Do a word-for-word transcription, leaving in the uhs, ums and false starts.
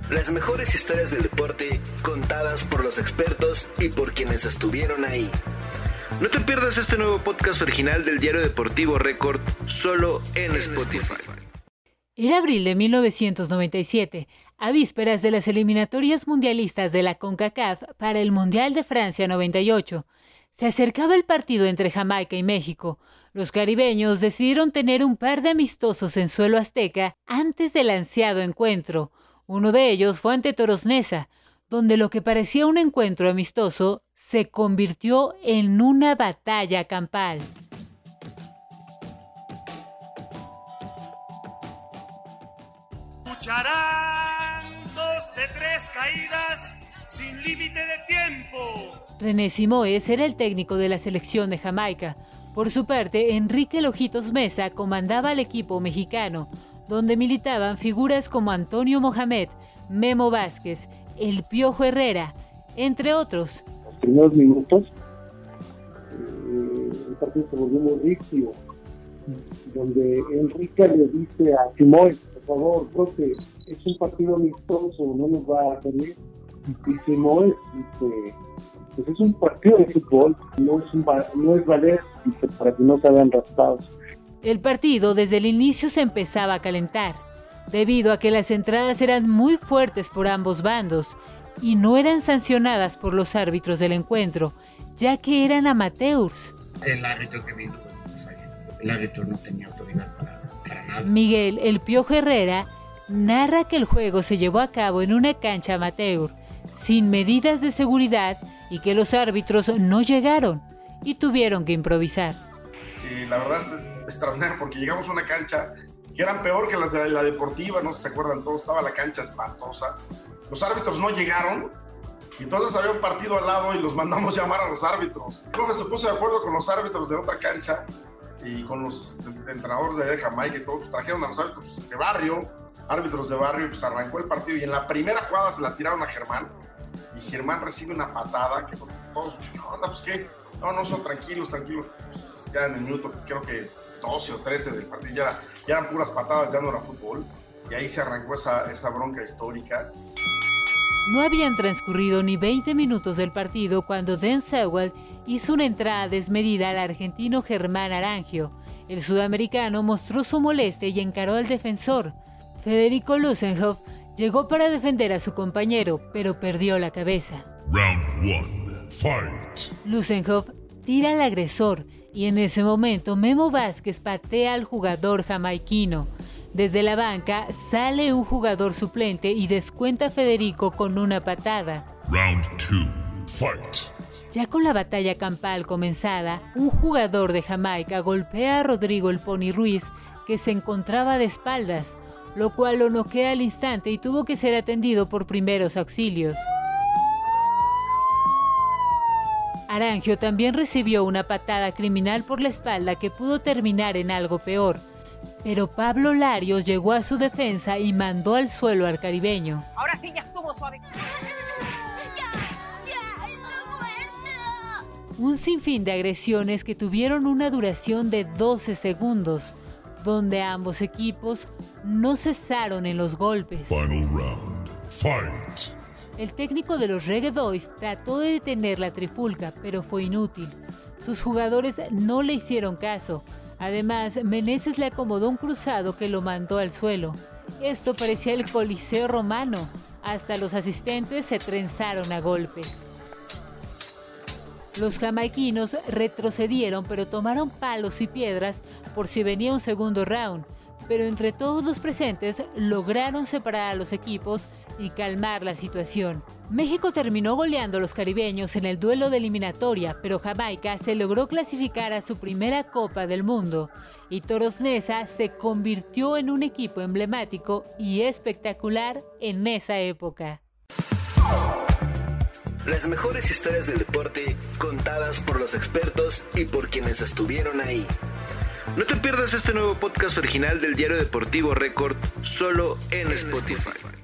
Las mejores historias del deporte contadas por los expertos y por quienes estuvieron ahí. No te pierdas este nuevo podcast original del Diario Deportivo Récord, solo en Spotify. Era abril de mil novecientos noventa y siete, a vísperas de las eliminatorias mundialistas de la CONCACAF para el Mundial de Francia noventa y ocho. Se acercaba el partido entre Jamaica y México. Los caribeños decidieron tener un par de amistosos en suelo azteca antes del ansiado encuentro. Uno de ellos fue ante Toros Neza, donde lo que parecía un encuentro amistoso se convirtió en una batalla campal. Lucharán dos de tres caídas sin límite de tiempo. René Simoes era el técnico de la selección de Jamaica. Por su parte, Enrique Lojitos Meza comandaba al equipo mexicano, donde militaban figuras como Antonio Mohamed, Memo Vázquez, El Piojo Herrera, entre otros. Los primeros minutos, eh, el partido se volvió muy rígido, donde Enrique le dice a Simoes, por favor, creo que es un partido amistoso, no nos va a salir. Y Simoes dice, pues es un partido de fútbol, no es, un, no es valer, dice, para que no se hagan raspados. El partido desde el inicio se empezaba a calentar, debido a que las entradas eran muy fuertes por ambos bandos y no eran sancionadas por los árbitros del encuentro, ya que eran amateurs. El árbitro que vino, el árbitro no tenía autoridad para, para nada. Miguel El Piojo Herrera narra que el juego se llevó a cabo en una cancha amateur, sin medidas de seguridad, y que los árbitros no llegaron y tuvieron que improvisar. Y la verdad es extraordinario porque llegamos a una cancha que eran peor que las de la deportiva, no sé si se acuerdan todos, estaba la cancha espantosa. Los árbitros no llegaron y entonces había un partido al lado y los mandamos llamar a los árbitros. Entonces se puso de acuerdo con los árbitros de otra cancha y con los entrenadores de Jamaica y todos, pues, trajeron a los árbitros de barrio, árbitros de barrio, y pues arrancó el partido y en la primera jugada se la tiraron a Germán y Germán recibe una patada que pues, todos, ¿qué onda? Pues qué, no, no, son tranquilos, tranquilos. Pues, ya en el minuto, creo que doce o trece del partido, ya, era, ya eran puras patadas, ya no era fútbol. Y ahí se arrancó esa, esa bronca histórica. No habían transcurrido ni veinte minutos del partido cuando Dan Sewell hizo una entrada desmedida al argentino Germán Arangio. El sudamericano mostró su molestia y encaró al defensor. Federico Lusenhoff llegó para defender a su compañero, pero perdió la cabeza. Round one, fight. Lusenhoff tira al agresor y en ese momento Memo Vázquez patea al jugador jamaiquino. Desde la banca sale un jugador suplente y descuenta a Federico con una patada. Round two, fight. Ya con la batalla campal comenzada, un jugador de Jamaica golpea a Rodrigo el Pony Ruiz, que se encontraba de espaldas, lo cual lo noquea al instante y tuvo que ser atendido por primeros auxilios. Arangio también recibió una patada criminal por la espalda que pudo terminar en algo peor, pero Pablo Larios llegó a su defensa y mandó al suelo al caribeño. Ahora sí ya estuvo suave. Un sinfín de agresiones que tuvieron una duración de doce segundos, donde ambos equipos no cesaron en los golpes. Final round, fight. El técnico de los Reggae Boys trató de detener la trifulca, pero fue inútil. Sus jugadores no le hicieron caso. Además, Meneses le acomodó un cruzado que lo mandó al suelo. Esto parecía el Coliseo romano. Hasta los asistentes se trenzaron a golpes. Los jamaiquinos retrocedieron, pero tomaron palos y piedras por si venía un segundo round. Pero entre todos los presentes lograron separar a los equipos y calmar la situación. México terminó goleando a los caribeños en el duelo de eliminatoria, pero Jamaica se logró clasificar a su primera Copa del Mundo y Toros Neza se convirtió en un equipo emblemático y espectacular en esa época. Las mejores historias del deporte contadas por los expertos y por quienes estuvieron ahí. No te pierdas este nuevo podcast original del Diario Deportivo Récord, solo en Spotify.